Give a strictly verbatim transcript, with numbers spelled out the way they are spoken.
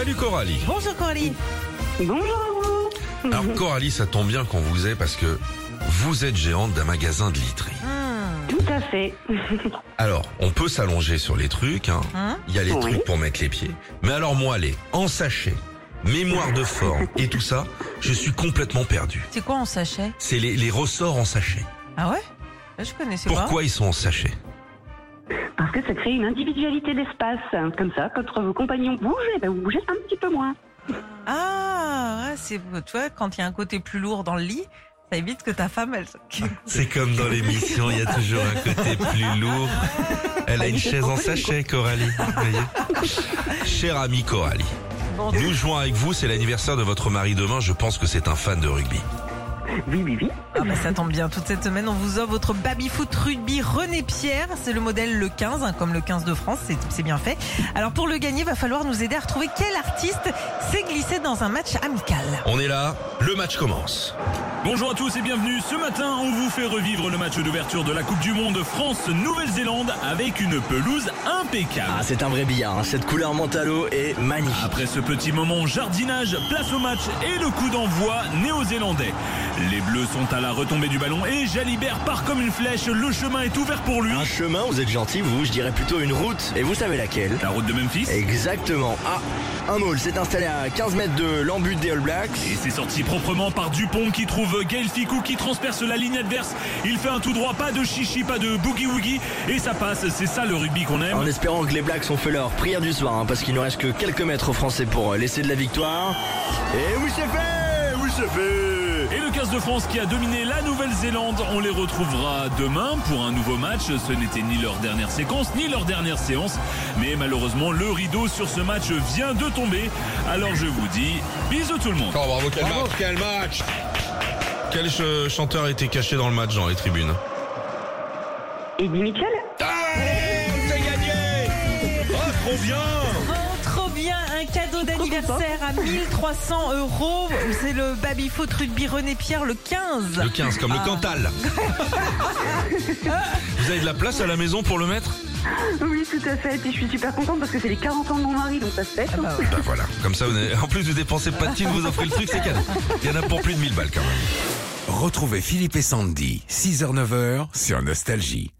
Salut Coralie. Bonjour Coralie. Bonjour à vous. Alors Coralie, ça tombe bien qu'on vous ait parce que vous êtes géante d'un magasin de literie. Mmh. Tout à fait. Alors, on peut s'allonger sur les trucs, hein. Mmh. Il y a les Oui. trucs pour mettre les pieds. Mais alors moi, les en sachet, mémoire de forme et tout ça, je suis complètement perdu. C'est quoi en sachet? C'est les, les ressorts en sachet. Ah ouais? Je connaissais Pourquoi ils sont en sachet? Parce que ça crée une individualité d'espace. Comme ça, quand vos compagnons bougent, ben vous bougez un petit peu moins. pas. Ah, ouais, c'est, tu vois, quand il y a un côté plus lourd dans le lit, ça évite que ta femme, elle... C'est comme dans l'émission, il y a toujours un côté plus lourd. Elle a une chaise en sachet, Coralie. Vous voyez. Chère amie Coralie, Bon, nous jouons avec vous, c'est l'anniversaire de votre mari demain, je pense que c'est un fan de rugby. Oui, oui, oui. ah bah ça tombe bien, toute cette semaine, on vous offre votre baby-foot rugby René Pierre. C'est le modèle le quinze, hein, comme le quinze de France, c'est, c'est bien fait. Alors pour le gagner, va falloir nous aider à retrouver quel artiste s'est glissé dans un match amical. On est là, le match commence. Bonjour à tous et bienvenue. Ce matin, on vous fait revivre le match d'ouverture de la Coupe du Monde France-Nouvelle-Zélande avec une pelouse impeccable. Ah, c'est un vrai billard, hein. Cette couleur menthe à l'eau est magnifique. Après ce petit moment jardinage, place au match et le coup d'envoi néo-zélandais. Les Bleus sont à la retombée du ballon et Jalibert part comme une flèche. Le chemin est ouvert pour lui. Un chemin, vous êtes gentil, vous, je dirais plutôt une route. Et vous savez laquelle? La route de Memphis. Exactement. Ah, un maul s'est installé à quinze mètres de l'embut des All Blacks. Et c'est sorti proprement par Dupont qui trouve Gaël Ficou qui transperce la ligne adverse. Il fait un tout droit, pas de chichi, pas de boogie-woogie. Et ça passe, c'est ça le rugby qu'on aime. En espérant que les Blacks ont fait leur prière du soir, hein, parce qu'il ne reste que quelques mètres aux Français pour laisser de la victoire. Et oui, c'est fait! Oui, c'est fait! Et le quinze de France qui a dominé la Nouvelle-Zélande, on les retrouvera demain pour un nouveau match. Ce n'était ni leur dernière séquence, ni leur dernière séance. Mais malheureusement, le rideau sur ce match vient de tomber. Alors je vous dis, bisous tout le monde. Oh bravo, quel match, quel match. Quel ch- chanteur était caché dans le match dans les tribunes? Eddie Mitchell. Ah, c'est gagné. Oh, trop bien. Oh, trop bien, un cadeau d'anniversaire à mille trois cents euros. C'est le baby-foot rugby René Pierre, le quinze. Le quinze, comme Ah. le Cantal. Vous avez de la place à la maison pour le mettre? Oui, tout à fait. Et je suis super contente parce que c'est les quarante ans de mon mari, donc ça se fait. Ah bah ouais. Bah voilà, comme ça, vous avez- en plus vous dépensez pas de thunes, vous offrez le truc, c'est cadeau. Il y en a pour plus de mille balles quand même. Retrouvez Philippe et Sandy, six heures neuf heures sur Nostalgie.